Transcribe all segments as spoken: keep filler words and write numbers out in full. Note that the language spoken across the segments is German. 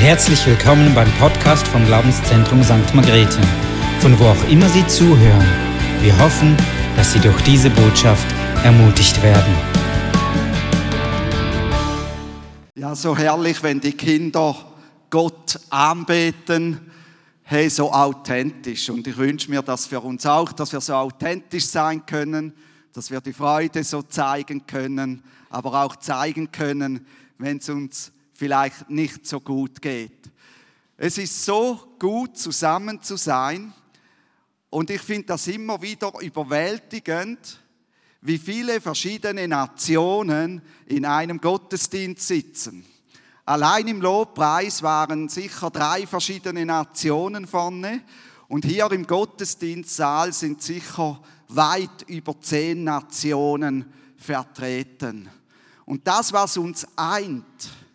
Herzlich willkommen beim Podcast vom Glaubenszentrum Sankt Margrethe, von wo auch immer Sie zuhören. Wir hoffen, dass Sie durch diese Botschaft ermutigt werden. Ja, so herrlich, wenn die Kinder Gott anbeten, hey, so authentisch. Und ich wünsche mir das für uns auch, dass wir so authentisch sein können, dass wir die Freude so zeigen können, aber auch zeigen können, wenn es uns vielleicht nicht so gut geht. Es ist so gut, zusammen zu sein, und ich finde das immer wieder überwältigend, wie viele verschiedene Nationen in einem Gottesdienst sitzen. Allein im Lobpreis waren sicher drei verschiedene Nationen vorne, und hier im Gottesdienstsaal sind sicher weit über zehn Nationen vertreten. Und das, was uns eint,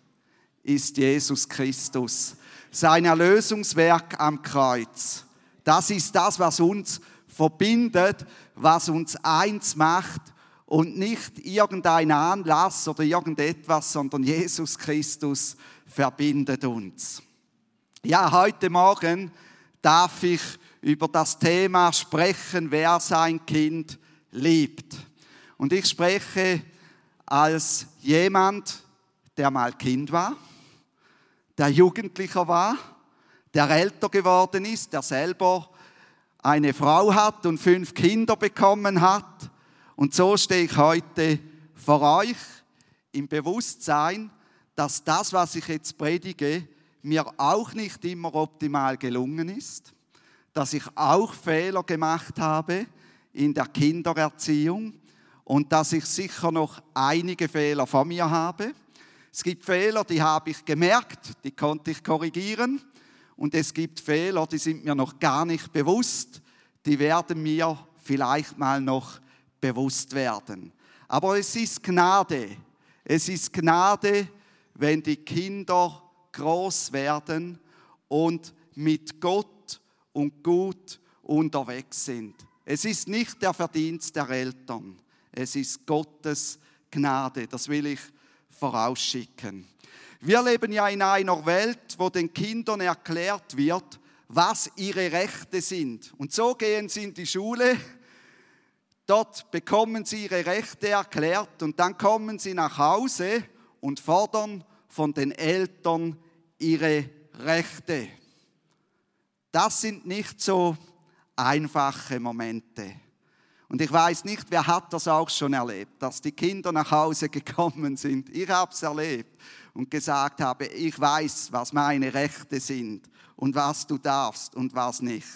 ist Jesus Christus, sein Erlösungswerk am Kreuz. Das ist das, was uns verbindet, was uns eins macht, und nicht irgendein Anlass oder irgendetwas, sondern Jesus Christus verbindet uns. Ja, heute Morgen darf ich über das Thema sprechen, wer sein Kind liebt. Und ich spreche als jemand, der mal Kind war, der Jugendlicher war, der älter geworden ist, der selber eine Frau hat und fünf Kinder bekommen hat. Und so stehe ich heute vor euch im Bewusstsein, dass das, was ich jetzt predige, mir auch nicht immer optimal gelungen ist, dass ich auch Fehler gemacht habe in der Kindererziehung und dass ich sicher noch einige Fehler vor mir habe. Es gibt Fehler, die habe ich gemerkt, die konnte ich korrigieren. Und es gibt Fehler, die sind mir noch gar nicht bewusst, die werden mir vielleicht mal noch bewusst werden. Aber es ist Gnade. Es ist Gnade, wenn die Kinder groß werden und mit Gott und gut unterwegs sind. Es ist nicht der Verdienst der Eltern. Es ist Gottes Gnade. Das will ich vorausschicken. Wir leben ja in einer Welt, wo den Kindern erklärt wird, was ihre Rechte sind. Und so gehen sie in die Schule, dort bekommen sie ihre Rechte erklärt und dann kommen sie nach Hause und fordern von den Eltern ihre Rechte. Das sind nicht so einfache Momente. Und ich weiß nicht, wer hat das auch schon erlebt, dass die Kinder nach Hause gekommen sind. Ich habe es erlebt und gesagt habe, ich weiß, was meine Rechte sind und was du darfst und was nicht.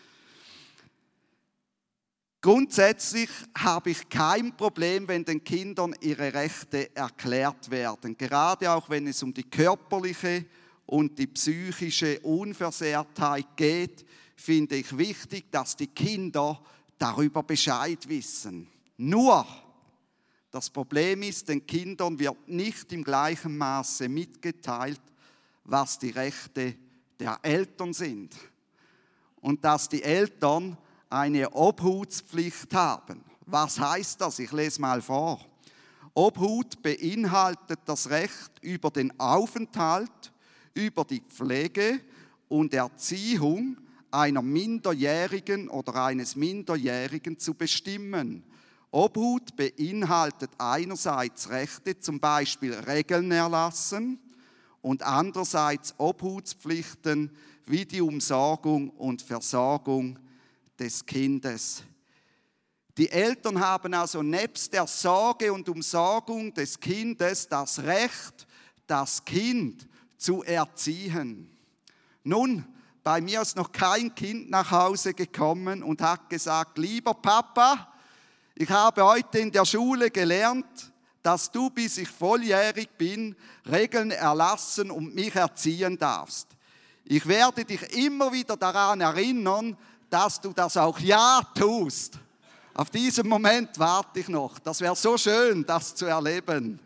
Grundsätzlich habe ich kein Problem, wenn den Kindern ihre Rechte erklärt werden. Gerade auch wenn es um die körperliche und die psychische Unversehrtheit geht, finde ich wichtig, dass die Kinder darüber Bescheid wissen. Nur, das Problem ist, den Kindern wird nicht im gleichen Maße mitgeteilt, was die Rechte der Eltern sind. Und dass die Eltern eine Obhutspflicht haben. Was heißt das? Ich lese mal vor. Obhut beinhaltet das Recht über den Aufenthalt, über die Pflege und Erziehung einer Minderjährigen oder eines Minderjährigen zu bestimmen. Obhut beinhaltet einerseits Rechte, zum Beispiel Regeln erlassen, und andererseits Obhutspflichten wie die Umsorgung und Versorgung des Kindes. Die Eltern haben also nebst der Sorge und Umsorgung des Kindes das Recht, das Kind zu erziehen. Nun, bei mir ist noch kein Kind nach Hause gekommen und hat gesagt, lieber Papa, ich habe heute in der Schule gelernt, dass du, bis ich volljährig bin, Regeln erlassen und mich erziehen darfst. Ich werde dich immer wieder daran erinnern, dass du das auch ja tust. Auf diesen Moment warte ich noch. Das wäre so schön, das zu erleben.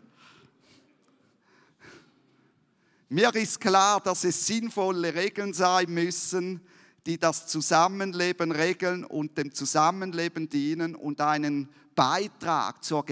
Mir ist klar, dass es sinnvolle Regeln sein müssen, die das Zusammenleben regeln und dem Zusammenleben dienen und einen Beitrag zur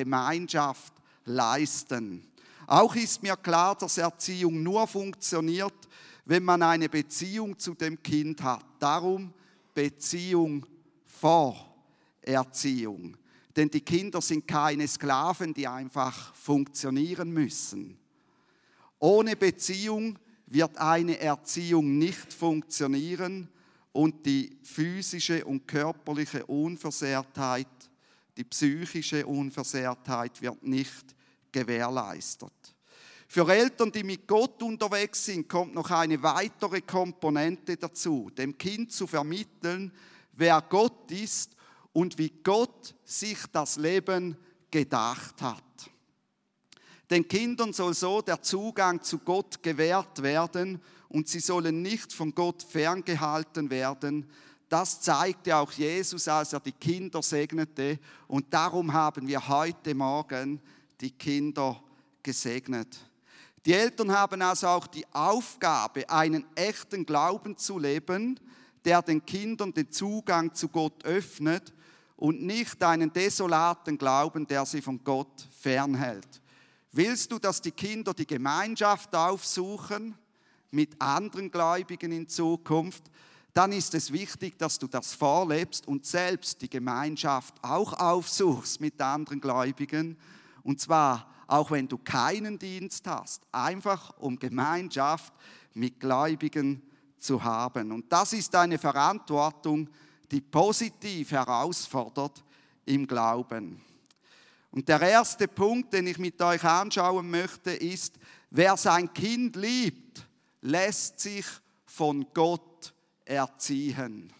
Gemeinschaft leisten. Auch ist mir klar, dass Erziehung nur funktioniert, wenn man eine Beziehung zu dem Kind hat. Darum Beziehung vor Erziehung. Denn die Kinder sind keine Sklaven, die einfach funktionieren müssen. Ohne Beziehung wird eine Erziehung nicht funktionieren und die physische und körperliche Unversehrtheit, die psychische Unversehrtheit wird nicht gewährleistet. Für Eltern, die mit Gott unterwegs sind, kommt noch eine weitere Komponente dazu, dem Kind zu vermitteln, wer Gott ist und wie Gott sich das Leben gedacht hat. Den Kindern soll so der Zugang zu Gott gewährt werden und sie sollen nicht von Gott ferngehalten werden. Das zeigte auch Jesus, als er die Kinder segnete. Und darum haben wir heute Morgen die Kinder gesegnet. Die Eltern haben also auch die Aufgabe, einen echten Glauben zu leben, der den Kindern den Zugang zu Gott öffnet und nicht einen desolaten Glauben, der sie von Gott fernhält. Willst du, dass die Kinder die Gemeinschaft aufsuchen mit anderen Gläubigen in Zukunft, dann ist es wichtig, dass du das vorlebst und selbst die Gemeinschaft auch aufsuchst mit anderen Gläubigen. Und zwar auch wenn du keinen Dienst hast, einfach um Gemeinschaft mit Gläubigen zu haben. Und das ist eine Verantwortung, die positiv herausfordert im Glauben. Und der erste Punkt, den ich mit euch anschauen möchte, ist, wer sein Kind liebt, lässt sich von Gott erziehen.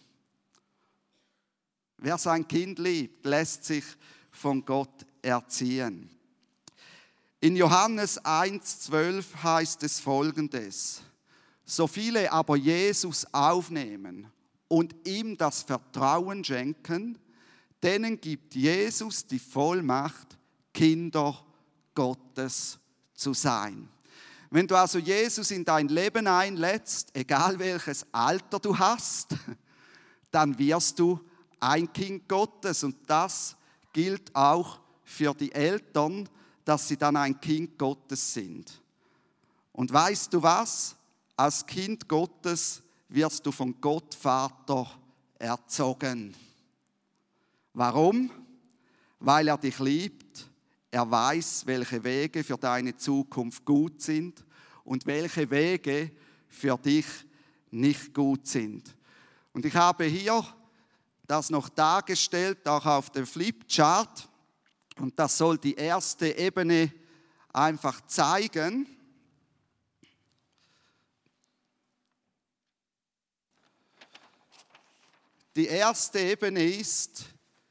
Wer sein Kind liebt, lässt sich von Gott erziehen. In Johannes eins zwölf heißt es Folgendes: So viele aber Jesus aufnehmen und ihm das Vertrauen schenken, denen gibt Jesus die Vollmacht, Kinder Gottes zu sein. Wenn du also Jesus in dein Leben einlädst, egal welches Alter du hast, dann wirst du ein Kind Gottes. Und das gilt auch für die Eltern, dass sie dann ein Kind Gottes sind. Und weißt du was? Als Kind Gottes wirst du von Gott Vater erzogen. Warum? Weil er dich liebt, er weiß, welche Wege für deine Zukunft gut sind und welche Wege für dich nicht gut sind. Und ich habe hier das noch dargestellt, auch auf dem Flipchart. Und das soll die erste Ebene einfach zeigen. Die erste Ebene ist,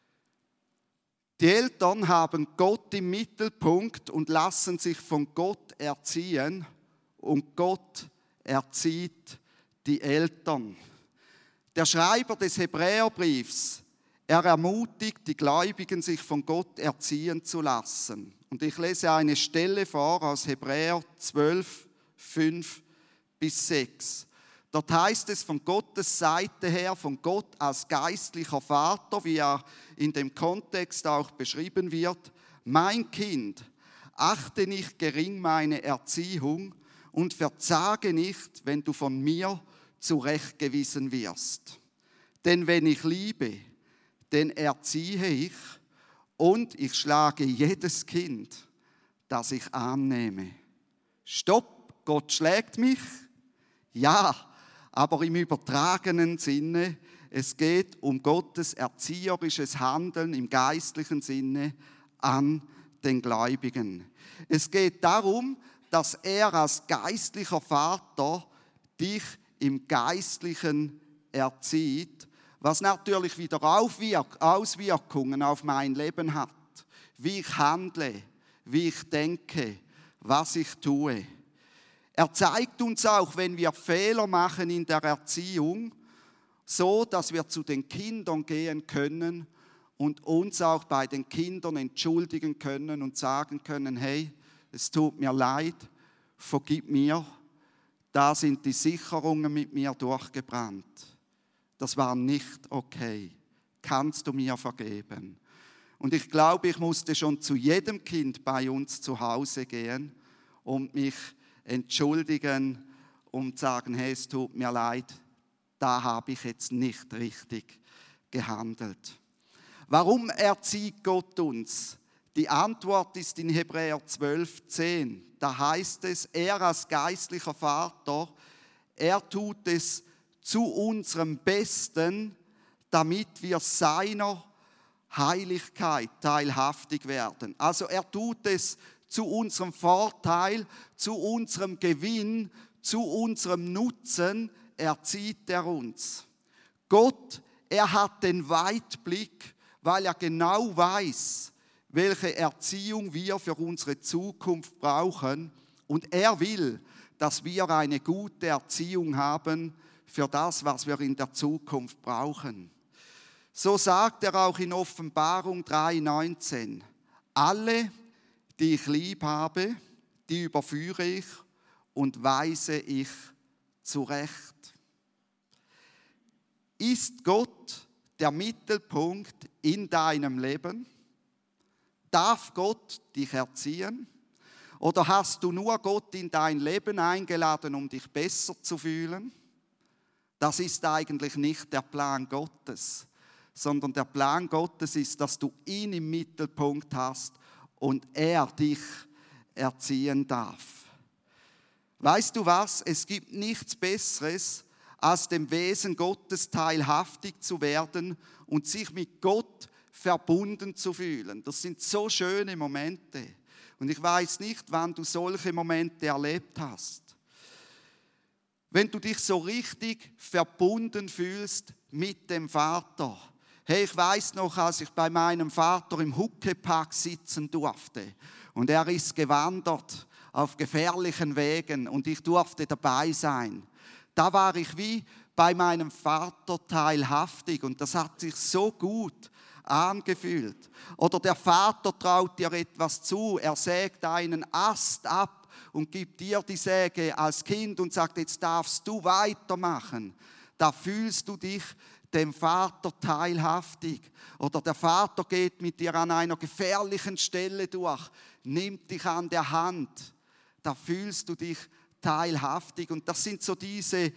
die Eltern haben Gott im Mittelpunkt und lassen sich von Gott erziehen und Gott erzieht die Eltern. Der Schreiber des Hebräerbriefs, er ermutigt die Gläubigen, sich von Gott erziehen zu lassen. Und ich lese eine Stelle vor aus Hebräer zwölf, fünf bis sechs. Dort heißt es von Gottes Seite her, von Gott als geistlicher Vater, wie er in dem Kontext auch beschrieben wird: Mein Kind, achte nicht gering meine Erziehung und verzage nicht, wenn du von mir zurechtgewiesen wirst. Denn wenn ich liebe, den erziehe ich und ich schlage jedes Kind, das ich annehme. Stopp, Gott schlägt mich? Ja, aber im übertragenen Sinne, es geht um Gottes erzieherisches Handeln im geistlichen Sinne an den Gläubigen. Es geht darum, dass er als geistlicher Vater dich im Geistlichen erzieht, was natürlich wieder Auswirkungen auf mein Leben hat, wie ich handle, wie ich denke, was ich tue. Er zeigt uns auch, wenn wir Fehler machen in der Erziehung, so, dass wir zu den Kindern gehen können und uns auch bei den Kindern entschuldigen können und sagen können: Hey, es tut mir leid, vergib mir, da sind die Sicherungen mit mir durchgebrannt. Das war nicht okay. Kannst du mir vergeben? Und ich glaube, ich musste schon zu jedem Kind bei uns zu Hause gehen und mich entschuldigen und sagen, hey, es tut mir leid, da habe ich jetzt nicht richtig gehandelt. Warum erzieht Gott uns? Die Antwort ist in Hebräer zwölf zehn. Da heißt es, er als geistlicher Vater, er tut es zu unserem Besten, damit wir seiner Heiligkeit teilhaftig werden. Also er tut es zu unserem Vorteil, zu unserem Gewinn, zu unserem Nutzen, erzieht er uns. Gott, er hat den Weitblick, weil er genau weiß, welche Erziehung wir für unsere Zukunft brauchen. Und er will, dass wir eine gute Erziehung haben für das, was wir in der Zukunft brauchen. So sagt er auch in Offenbarung drei neunzehn, alle, die ich lieb habe, die überführe ich und weise ich zurecht. Ist Gott der Mittelpunkt in deinem Leben? Darf Gott dich erziehen? Oder hast du nur Gott in dein Leben eingeladen, um dich besser zu fühlen? Das ist eigentlich nicht der Plan Gottes, sondern der Plan Gottes ist, dass du ihn im Mittelpunkt hast und er dich erziehen darf. Weißt du was? Es gibt nichts Besseres, als dem Wesen Gottes teilhaftig zu werden und sich mit Gott verbunden zu fühlen. Das sind so schöne Momente. Und ich weiß nicht, wann du solche Momente erlebt hast. Wenn du dich so richtig verbunden fühlst mit dem Vater. Hey, ich weiß noch, als ich bei meinem Vater im Huckepack sitzen durfte und er ist gewandert auf gefährlichen Wegen und ich durfte dabei sein. Da war ich wie bei meinem Vater teilhaftig und das hat sich so gut angefühlt. Oder der Vater traut dir etwas zu, er sägt einen Ast ab und gibt dir die Säge als Kind und sagt, jetzt darfst du weitermachen. Da fühlst du dich dem Vater teilhaftig. Oder der Vater geht mit dir an einer gefährlichen Stelle durch, nimmt dich an der Hand. Da fühlst du dich teilhaftig. Und das sind so diese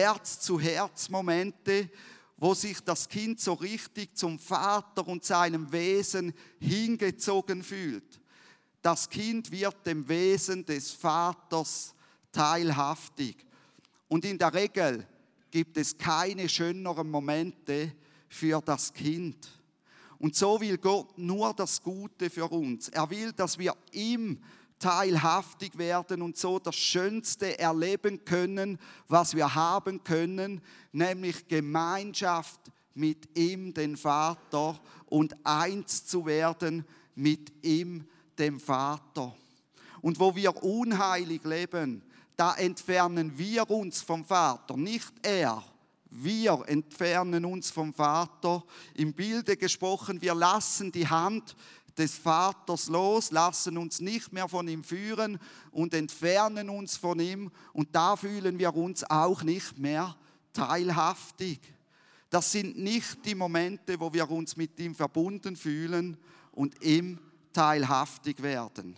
Herz-zu-Herz-Momente, wo sich das Kind so richtig zum Vater und seinem Wesen hingezogen fühlt. Das Kind wird dem Wesen des Vaters teilhaftig. Und in der Regel gibt es keine schöneren Momente für das Kind. Und so will Gott nur das Gute für uns. Er will, dass wir ihm teilhaftig werden und so das Schönste erleben können, was wir haben können, nämlich Gemeinschaft mit ihm, den Vater, und eins zu werden mit ihm, dem Vater. Und wo wir unheilig leben, da entfernen wir uns vom Vater, nicht er. Wir entfernen uns vom Vater. Im Bilde gesprochen, wir lassen die Hand des Vaters los, lassen uns nicht mehr von ihm führen und entfernen uns von ihm. Und da fühlen wir uns auch nicht mehr teilhaftig. Das sind nicht die Momente, wo wir uns mit ihm verbunden fühlen und ihm teilhaftig werden.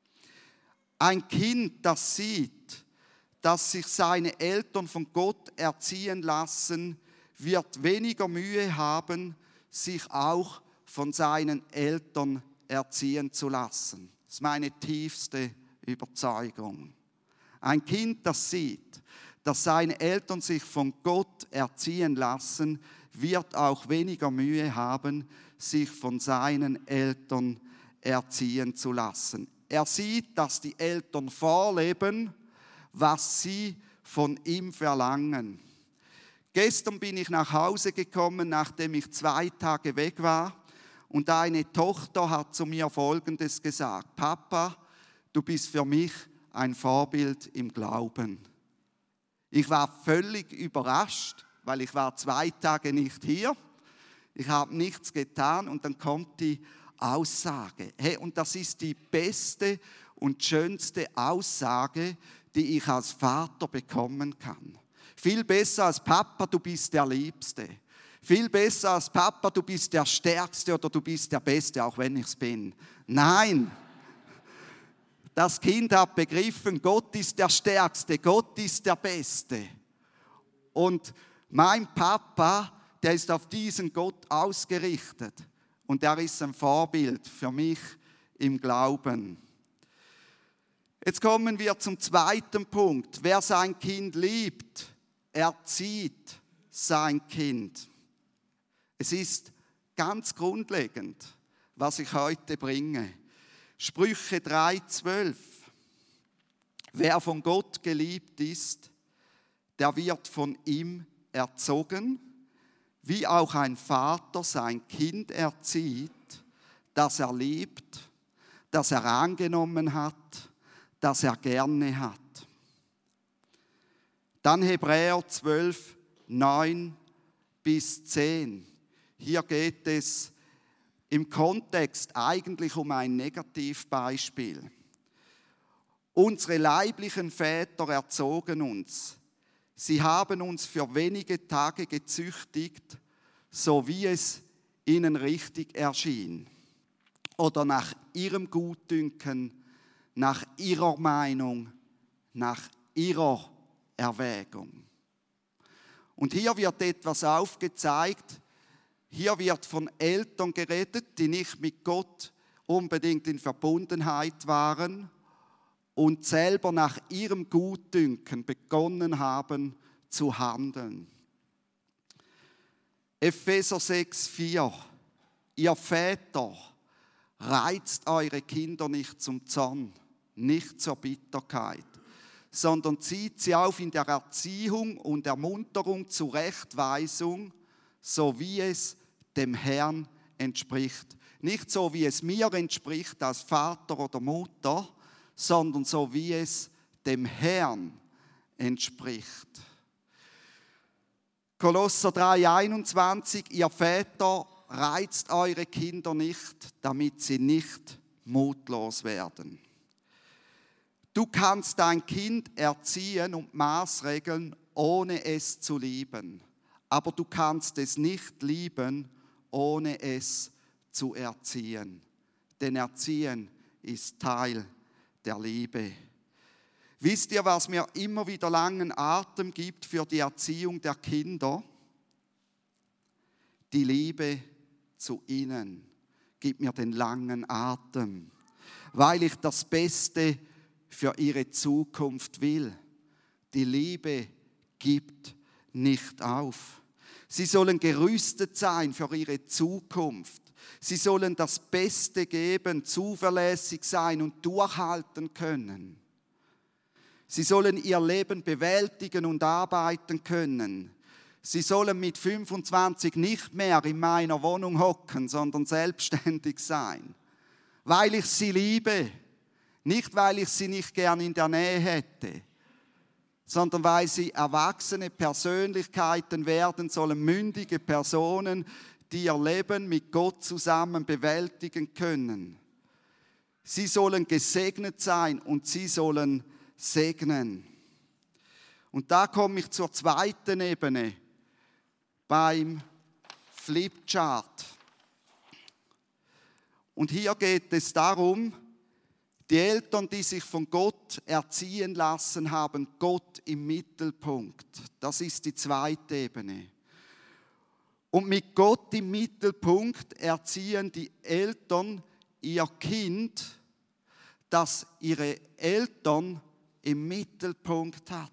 Ein Kind, das sieht, dass sich seine Eltern von Gott erziehen lassen, wird weniger Mühe haben, sich auch von seinen Eltern erziehen zu lassen. Das ist meine tiefste Überzeugung. Ein Kind, das sieht, dass seine Eltern sich von Gott erziehen lassen, wird auch weniger Mühe haben, sich von seinen Eltern erziehen zu lassen. Er sieht, dass die Eltern vorleben, was sie von ihm verlangen. Gestern bin ich nach Hause gekommen, nachdem ich zwei Tage weg war. Und eine Tochter hat zu mir Folgendes gesagt: Papa, du bist für mich ein Vorbild im Glauben. Ich war völlig überrascht, weil ich war zwei Tage nicht hier. Ich habe nichts getan und dann kommt die Aussage. Hey, und das ist die beste und schönste Aussage, die ich als Vater bekommen kann. Viel besser als Papa, du bist der Liebste. Viel besser als Papa, du bist der Stärkste oder du bist der Beste, auch wenn ich es bin. Nein, Das Kind hat begriffen, Gott ist der Stärkste, Gott ist der Beste. Und mein Papa, der ist auf diesen Gott ausgerichtet. Und er ist ein Vorbild für mich im Glauben. Jetzt kommen wir zum zweiten Punkt. Wer sein Kind liebt, erzieht sein Kind. Es ist ganz grundlegend, was ich heute bringe. Sprüche drei zwölf. Wer von Gott geliebt ist, der wird von ihm erzogen, wie auch ein Vater sein Kind erzieht, das er liebt, das er angenommen hat, das er gerne hat. Dann Hebräer zwölf, neun bis zehn. Hier geht es im Kontext eigentlich um ein Negativbeispiel. Unsere leiblichen Väter erzogen uns. Sie haben uns für wenige Tage gezüchtigt, so wie es ihnen richtig erschien. Oder nach ihrem Gutdünken, nach ihrer Meinung, nach ihrer Erwägung. Und hier wird etwas aufgezeigt. Hier wird von Eltern geredet, die nicht mit Gott unbedingt in Verbundenheit waren und selber nach ihrem Gutdünken begonnen haben zu handeln. Epheser sechs vier. Ihr Väter, reizt eure Kinder nicht zum Zorn, nicht zur Bitterkeit, sondern zieht sie auf in der Erziehung und Ermunterung zur Rechtweisung, so wie es dem Herrn entspricht. Nicht so, wie es mir entspricht als Vater oder Mutter, sondern so, wie es dem Herrn entspricht. Kolosser drei einundzwanzig. Ihr Väter, reizt eure Kinder nicht, damit sie nicht mutlos werden. Du kannst dein Kind erziehen und maßregeln, ohne es zu lieben. Aber du kannst es nicht lieben, ohne es zu erziehen. Denn Erziehen ist Teil der Liebe. Wisst ihr, was mir immer wieder langen Atem gibt für die Erziehung der Kinder? Die Liebe zu ihnen gibt mir den langen Atem, weil ich das Beste für ihre Zukunft will. Die Liebe gibt nicht auf. Sie sollen gerüstet sein für ihre Zukunft. Sie sollen das Beste geben, zuverlässig sein und durchhalten können. Sie sollen ihr Leben bewältigen und arbeiten können. Sie sollen mit fünfundzwanzig nicht mehr in meiner Wohnung hocken, sondern selbstständig sein. Weil ich sie liebe, nicht weil ich sie nicht gern in der Nähe hätte, sondern weil sie erwachsene Persönlichkeiten werden sollen, mündige Personen, die ihr Leben mit Gott zusammen bewältigen können. Sie sollen gesegnet sein und sie sollen segnen. Und da komme ich zur zweiten Ebene beim Flipchart. Und hier geht es darum, die Eltern, die sich von Gott erziehen lassen, haben Gott im Mittelpunkt. Das ist die zweite Ebene. Und mit Gott im Mittelpunkt erziehen die Eltern ihr Kind, das ihre Eltern im Mittelpunkt hat.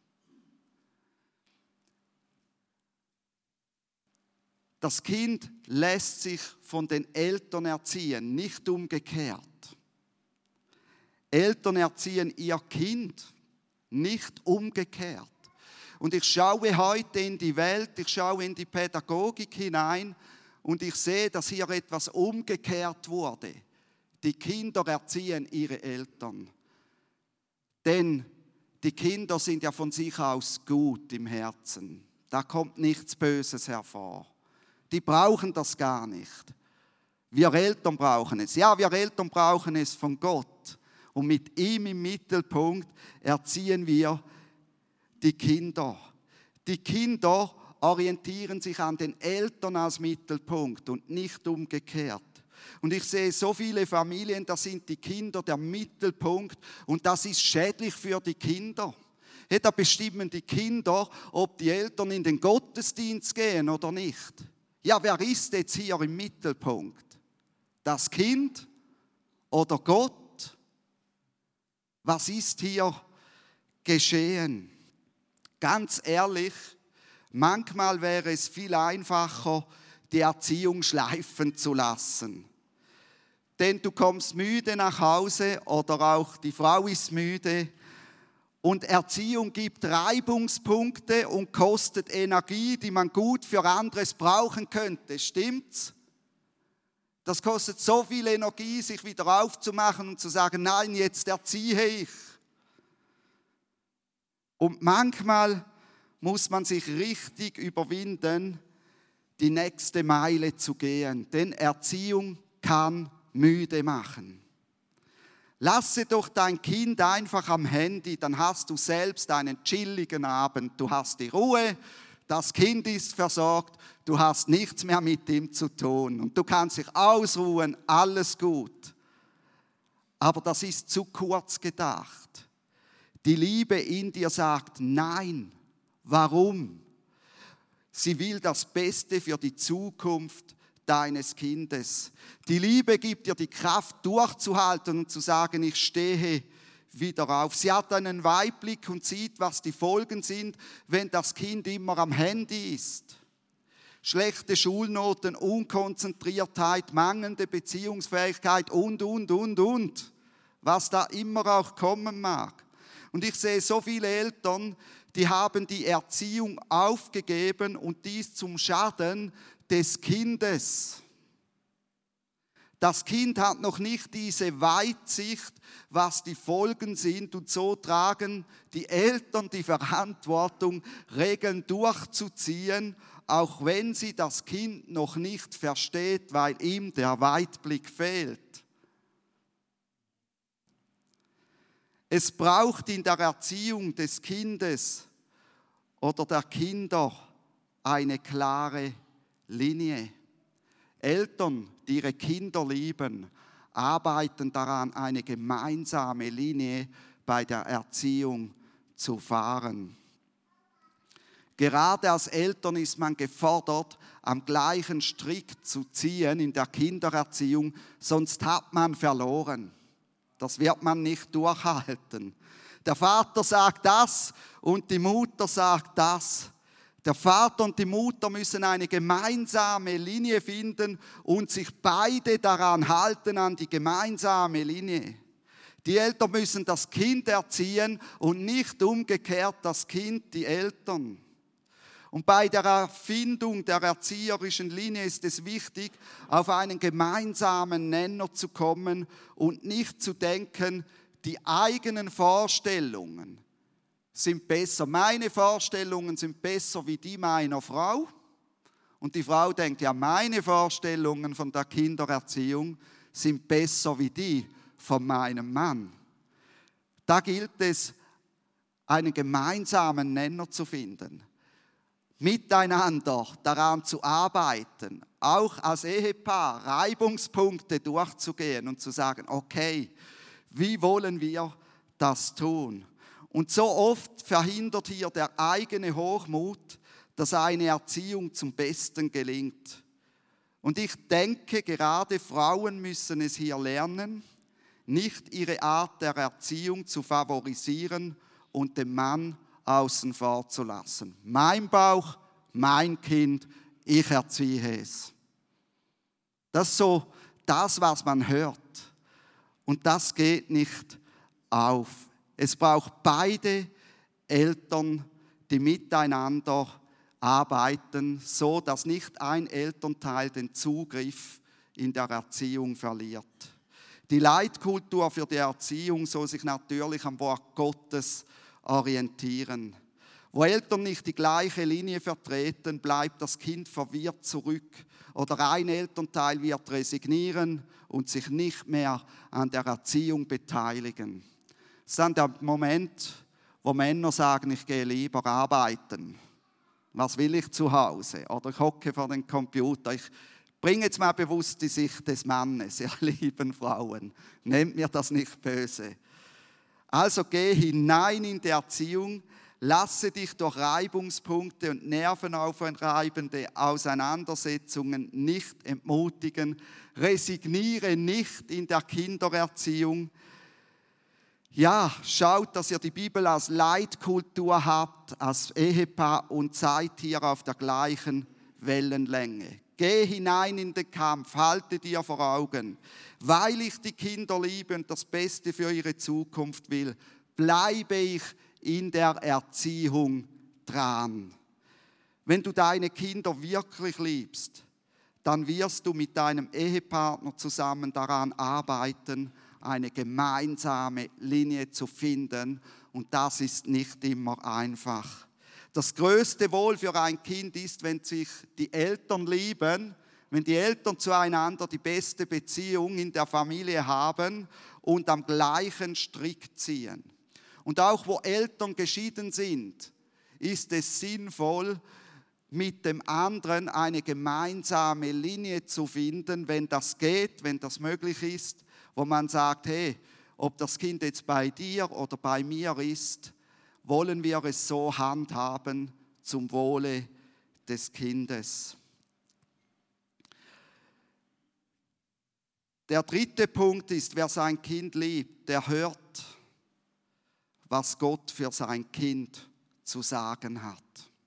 Das Kind lässt sich von den Eltern erziehen, nicht umgekehrt. Eltern erziehen ihr Kind, nicht umgekehrt. Und ich schaue heute in die Welt, ich schaue in die Pädagogik hinein und ich sehe, dass hier etwas umgekehrt wurde. Die Kinder erziehen ihre Eltern. Denn die Kinder sind ja von sich aus gut im Herzen. Da kommt nichts Böses hervor. Die brauchen das gar nicht. Wir Eltern brauchen es. Ja, wir Eltern brauchen es von Gott. Und mit ihm im Mittelpunkt erziehen wir die Kinder. Die Kinder orientieren sich an den Eltern als Mittelpunkt und nicht umgekehrt. Und ich sehe so viele Familien, da sind die Kinder der Mittelpunkt und das ist schädlich für die Kinder. Ja, da bestimmen die Kinder, ob die Eltern in den Gottesdienst gehen oder nicht. Ja, wer ist jetzt hier im Mittelpunkt? Das Kind oder Gott? Was ist hier geschehen? Ganz ehrlich, manchmal wäre es viel einfacher, die Erziehung schleifen zu lassen. Denn du kommst müde nach Hause oder auch die Frau ist müde und Erziehung gibt Reibungspunkte und kostet Energie, die man gut für anderes brauchen könnte. Stimmt's? Das kostet so viel Energie, sich wieder aufzumachen und zu sagen, nein, jetzt erziehe ich. Und manchmal muss man sich richtig überwinden, die nächste Meile zu gehen. Denn Erziehung kann müde machen. Lasse doch dein Kind einfach am Handy, dann hast du selbst einen chilligen Abend. Du hast die Ruhe, das Kind ist versorgt, du hast nichts mehr mit ihm zu tun. Und du kannst dich ausruhen, alles gut. Aber das ist zu kurz gedacht. Die Liebe in dir sagt nein. Warum? Sie will das Beste für die Zukunft deines Kindes. Die Liebe gibt dir die Kraft, durchzuhalten und zu sagen, ich stehe wieder auf. Sie hat einen Weitblick und sieht, was die Folgen sind, wenn das Kind immer am Handy ist. Schlechte Schulnoten, Unkonzentriertheit, mangelnde Beziehungsfähigkeit und, und, und, und. Was da immer auch kommen mag. Und ich sehe so viele Eltern, die haben die Erziehung aufgegeben und dies zum Schaden des Kindes. Das Kind hat noch nicht diese Weitsicht, was die Folgen sind und so tragen die Eltern die Verantwortung, Regeln durchzuziehen, auch wenn sie das Kind noch nicht versteht, weil ihm der Weitblick fehlt. Es braucht in der Erziehung des Kindes oder der Kinder eine klare Linie. Eltern, die ihre Kinder lieben, arbeiten daran, eine gemeinsame Linie bei der Erziehung zu fahren. Gerade als Eltern ist man gefordert, am gleichen Strick zu ziehen in der Kindererziehung, sonst hat man verloren. Das wird man nicht durchhalten. Der Vater sagt das und die Mutter sagt das. Der Vater und die Mutter müssen eine gemeinsame Linie finden und sich beide daran halten, an die gemeinsame Linie. Die Eltern müssen das Kind erziehen und nicht umgekehrt das Kind die Eltern. Und bei der Erfindung der erzieherischen Linie ist es wichtig, auf einen gemeinsamen Nenner zu kommen und nicht zu denken, die eigenen Vorstellungen sind besser. Meine Vorstellungen sind besser wie die meiner Frau. Und die Frau denkt, ja, meine Vorstellungen von der Kindererziehung sind besser wie die von meinem Mann. Da gilt es, einen gemeinsamen Nenner zu finden. Miteinander daran zu arbeiten, auch als Ehepaar Reibungspunkte durchzugehen und zu sagen, okay, wie wollen wir das tun? Und so oft verhindert hier der eigene Hochmut, dass eine Erziehung zum Besten gelingt. Und ich denke, gerade Frauen müssen es hier lernen, nicht ihre Art der Erziehung zu favorisieren und den Mann außen vor zu lassen. Mein Bauch, mein Kind, ich erziehe es. Das ist so das, was man hört. Und das geht nicht auf. Es braucht beide Eltern, die miteinander arbeiten, so dass nicht ein Elternteil den Zugriff in der Erziehung verliert. Die Leitkultur für die Erziehung soll sich natürlich am Wort Gottes orientieren. Wo Eltern nicht die gleiche Linie vertreten, bleibt das Kind verwirrt zurück oder ein Elternteil wird resignieren und sich nicht mehr an der Erziehung beteiligen. Das ist dann der Moment, wo Männer sagen, ich gehe lieber arbeiten. Was will ich zu Hause? Oder ich hocke vor dem Computer. Ich Bring jetzt mal bewusst die Sicht des Mannes, ihr lieben Frauen. Nehmt mir das nicht böse. Also geh hinein in die Erziehung, lasse dich durch Reibungspunkte und nervenaufreibende Auseinandersetzungen nicht entmutigen, resigniere nicht in der Kindererziehung. Ja, schaut, dass ihr die Bibel als Leitkultur habt, als Ehepaar und seid hier auf der gleichen Wellenlänge. Geh hinein in den Kampf, halte dir vor Augen, weil ich die Kinder liebe und das Beste für ihre Zukunft will, bleibe ich in der Erziehung dran. Wenn du deine Kinder wirklich liebst, dann wirst du mit deinem Ehepartner zusammen daran arbeiten, eine gemeinsame Linie zu finden. Und das ist nicht immer einfach. Das größte Wohl für ein Kind ist, wenn sich die Eltern lieben, wenn die Eltern zueinander die beste Beziehung in der Familie haben und am gleichen Strick ziehen. Und auch wo Eltern geschieden sind, ist es sinnvoll, mit dem anderen eine gemeinsame Linie zu finden, wenn das geht, wenn das möglich ist, wo man sagt, hey, ob das Kind jetzt bei dir oder bei mir ist, wollen wir es so handhaben zum Wohle des Kindes. Der dritte Punkt ist, wer sein Kind liebt, der hört, was Gott für sein Kind zu sagen hat.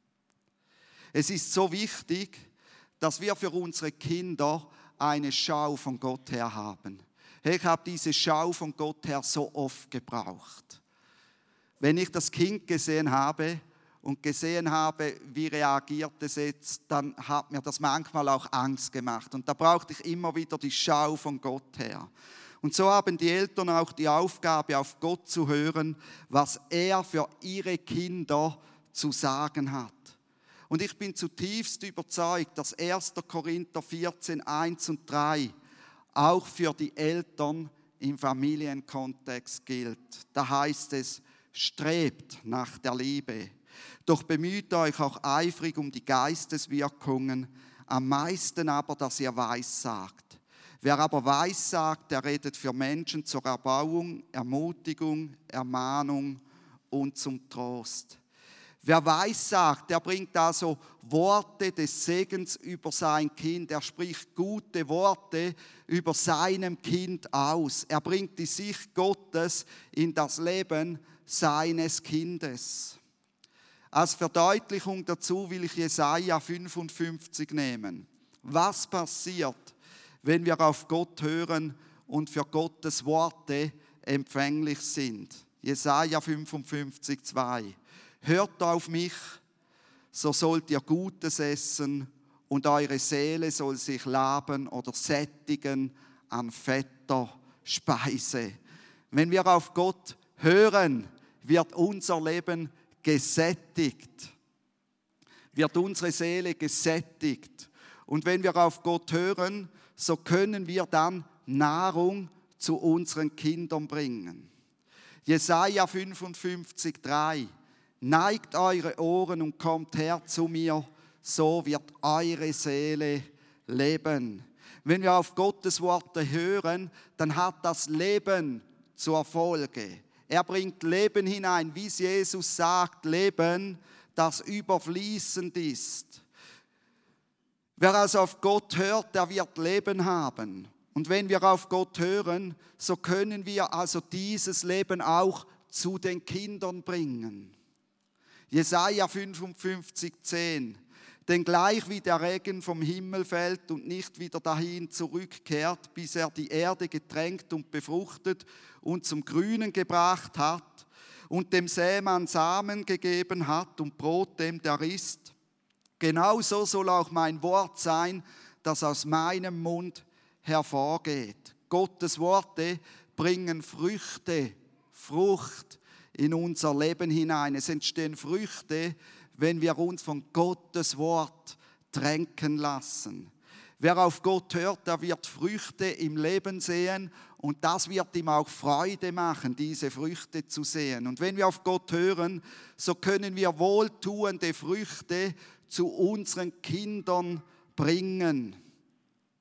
Es ist so wichtig, dass wir für unsere Kinder eine Schau von Gott her haben. Ich habe diese Schau von Gott her so oft gebraucht. Wenn ich das Kind gesehen habe und gesehen habe, wie reagiert es jetzt, dann hat mir das manchmal auch Angst gemacht. Und da brauchte ich immer wieder die Schau von Gott her. Und so haben die Eltern auch die Aufgabe, auf Gott zu hören, was er für ihre Kinder zu sagen hat. Und ich bin zutiefst überzeugt, dass erster Korinther vierzehn, eins und drei auch für die Eltern im Familienkontext gilt. Da heißt es, strebt nach der Liebe, doch bemüht euch auch eifrig um die Geisteswirkungen, am meisten aber, dass ihr weissagt. Wer aber weissagt, der redet für Menschen zur Erbauung, Ermutigung, Ermahnung und zum Trost. Wer weissagt, der bringt also Worte des Segens über sein Kind. Er spricht gute Worte über seinem Kind aus. Er bringt die Sicht Gottes in das Leben seines Kindes. Als Verdeutlichung dazu will ich Jesaja fünfundfünfzig nehmen. Was passiert, wenn wir auf Gott hören und für Gottes Worte empfänglich sind? Jesaja fünfundfünfzig, zwei. Hört auf mich, so sollt ihr Gutes essen und eure Seele soll sich laben oder sättigen an fetter Speise. Wenn wir auf Gott hören, wird unser Leben gesättigt, wird unsere Seele gesättigt. Und wenn wir auf Gott hören, so können wir dann Nahrung zu unseren Kindern bringen. Jesaja fünfundfünfzig, drei. Neigt eure Ohren und kommt her zu mir, so wird eure Seele leben. Wenn wir auf Gottes Worte hören, dann hat das Leben zur Folge. Er bringt Leben hinein, wie es Jesus sagt, Leben, das überfließend ist. Wer also auf Gott hört, der wird Leben haben. Und wenn wir auf Gott hören, so können wir also dieses Leben auch zu den Kindern bringen. Jesaja fünfundfünfzig, zehn. Denn gleich wie der Regen vom Himmel fällt und nicht wieder dahin zurückkehrt, bis er die Erde getränkt und befruchtet und zum Grünen gebracht hat und dem Sämann Samen gegeben hat und Brot dem, der isst, genauso soll auch mein Wort sein, das aus meinem Mund hervorgeht. Gottes Worte bringen Früchte, Frucht in unser Leben hinein. Es entstehen Früchte, wenn wir uns von Gottes Wort tränken lassen. Wer auf Gott hört, der wird Früchte im Leben sehen und das wird ihm auch Freude machen, diese Früchte zu sehen. Und wenn wir auf Gott hören, so können wir wohltuende Früchte zu unseren Kindern bringen.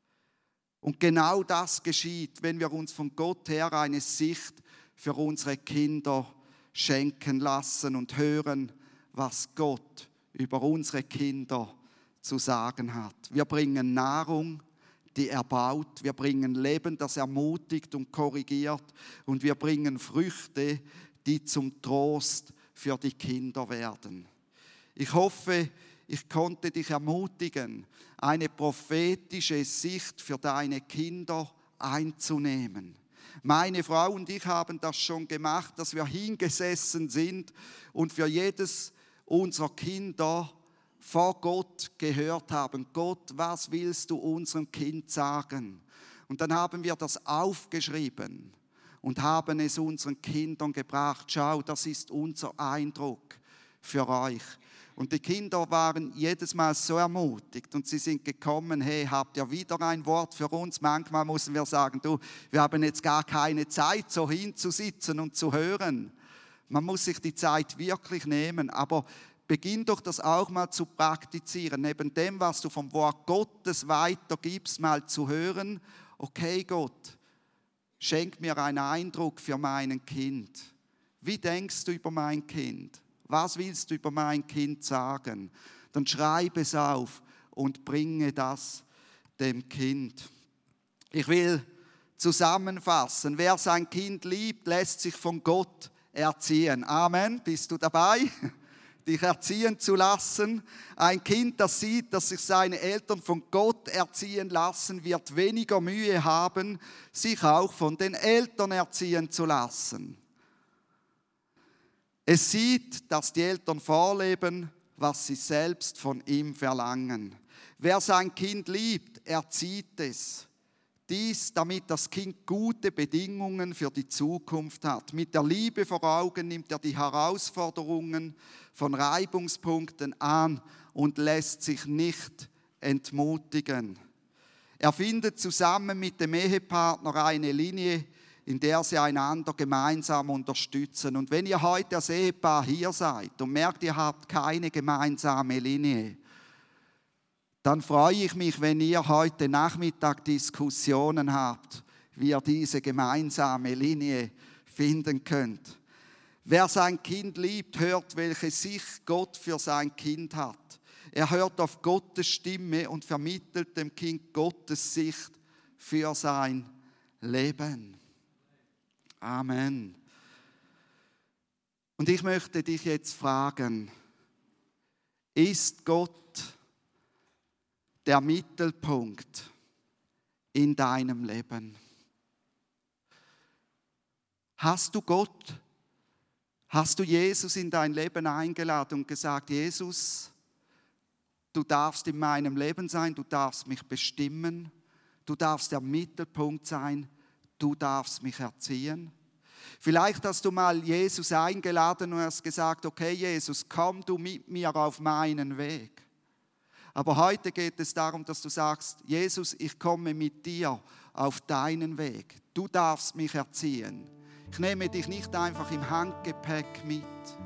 Und genau das geschieht, wenn wir uns von Gott her eine Sicht für unsere Kinder schenken lassen und hören, was Gott über unsere Kinder zu sagen hat. Wir bringen Nahrung, die erbaut, wir bringen Leben, das ermutigt und korrigiert, und wir bringen Früchte, die zum Trost für die Kinder werden. Ich hoffe, ich konnte dich ermutigen, eine prophetische Sicht für deine Kinder einzunehmen. Meine Frau und ich haben das schon gemacht, dass wir hingesessen sind und für jedes unserer Kinder vor Gott gehört haben. Gott, was willst du unserem Kind sagen? Und dann haben wir das aufgeschrieben und haben es unseren Kindern gebracht. Schau, das ist unser Eindruck für euch. Und die Kinder waren jedes Mal so ermutigt und sie sind gekommen, hey, habt ihr wieder ein Wort für uns? Manchmal müssen wir sagen, du, wir haben jetzt gar keine Zeit, so hinzusitzen und zu hören. Man muss sich die Zeit wirklich nehmen, aber beginn doch das auch mal zu praktizieren. Neben dem, was du vom Wort Gottes weitergibst, mal zu hören, okay Gott, schenk mir einen Eindruck für mein Kind. Wie denkst du über mein Kind? Was willst du über mein Kind sagen? Dann schreibe es auf und bringe das dem Kind. Ich will zusammenfassen. Wer sein Kind liebt, lässt sich von Gott erziehen. Amen. Bist du dabei? Dich erziehen zu lassen. Ein Kind, das sieht, dass sich seine Eltern von Gott erziehen lassen, wird weniger Mühe haben, sich auch von den Eltern erziehen zu lassen. Es sieht, dass die Eltern vorleben, was sie selbst von ihm verlangen. Wer sein Kind liebt, erzieht es. Dies, damit das Kind gute Bedingungen für die Zukunft hat. Mit der Liebe vor Augen nimmt er die Herausforderungen von Reibungspunkten an und lässt sich nicht entmutigen. Er findet zusammen mit dem Ehepartner eine Linie, in der sie einander gemeinsam unterstützen. Und wenn ihr heute als Ehepaar hier seid und merkt, ihr habt keine gemeinsame Linie, dann freue ich mich, wenn ihr heute Nachmittag Diskussionen habt, wie ihr diese gemeinsame Linie finden könnt. Wer sein Kind liebt, hört, welche Sicht Gott für sein Kind hat. Er hört auf Gottes Stimme und vermittelt dem Kind Gottes Sicht für sein Leben. Amen. Und ich möchte dich jetzt fragen, ist Gott der Mittelpunkt in deinem Leben? Hast du Gott, hast du Jesus in dein Leben eingeladen und gesagt, Jesus, du darfst in meinem Leben sein, du darfst mich bestimmen, du darfst der Mittelpunkt sein, du darfst mich erziehen. Vielleicht hast du mal Jesus eingeladen und hast gesagt, okay Jesus, komm du mit mir auf meinen Weg. Aber heute geht es darum, dass du sagst, Jesus, ich komme mit dir auf deinen Weg. Du darfst mich erziehen. Ich nehme dich nicht einfach im Handgepäck mit.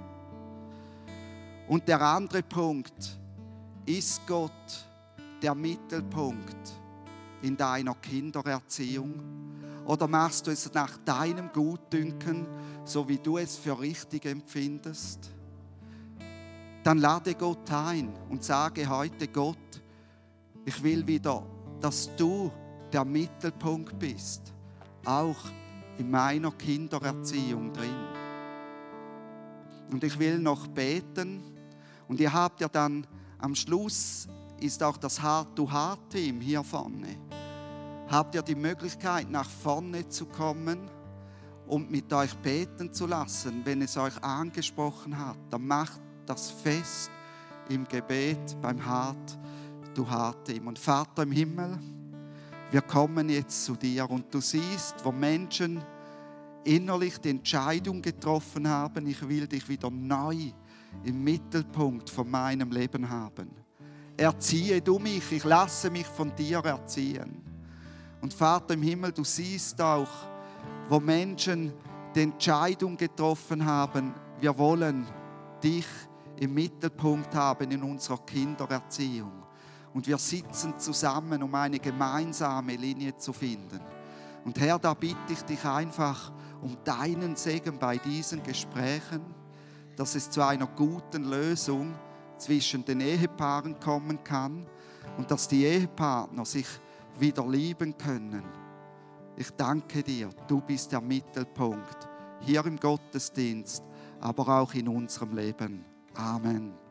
Und der andere Punkt, ist Gott der Mittelpunkt in deiner Kindererziehung? Oder machst du es nach deinem Gutdünken, so wie du es für richtig empfindest? Dann lade Gott ein und sage heute, Gott, ich will wieder, dass du der Mittelpunkt bist, auch in meiner Kindererziehung drin. Und ich will noch beten und ihr habt ja dann, am Schluss ist auch das Heart-to-Heart-Team hier vorne. Habt ihr die Möglichkeit, nach vorne zu kommen und mit euch beten zu lassen, wenn es euch angesprochen hat, dann macht das fest im Gebet beim Heart-to-Heart-Team. Und Vater im Himmel, wir kommen jetzt zu dir und du siehst, wo Menschen innerlich die Entscheidung getroffen haben, ich will dich wieder neu im Mittelpunkt von meinem Leben haben. Erziehe du mich, ich lasse mich von dir erziehen. Und Vater im Himmel, du siehst auch, wo Menschen die Entscheidung getroffen haben, wir wollen dich im Mittelpunkt haben in unserer Kindererziehung. und wir sitzen zusammen, um eine gemeinsame Linie zu finden. Und Herr, da bitte ich dich einfach um deinen Segen bei diesen Gesprächen, dass es zu einer guten Lösung zwischen den Ehepaaren kommen kann und dass die Ehepartner sich wieder lieben können. Ich danke dir, du bist der Mittelpunkt, hier im Gottesdienst, aber auch in unserem Leben. Amen.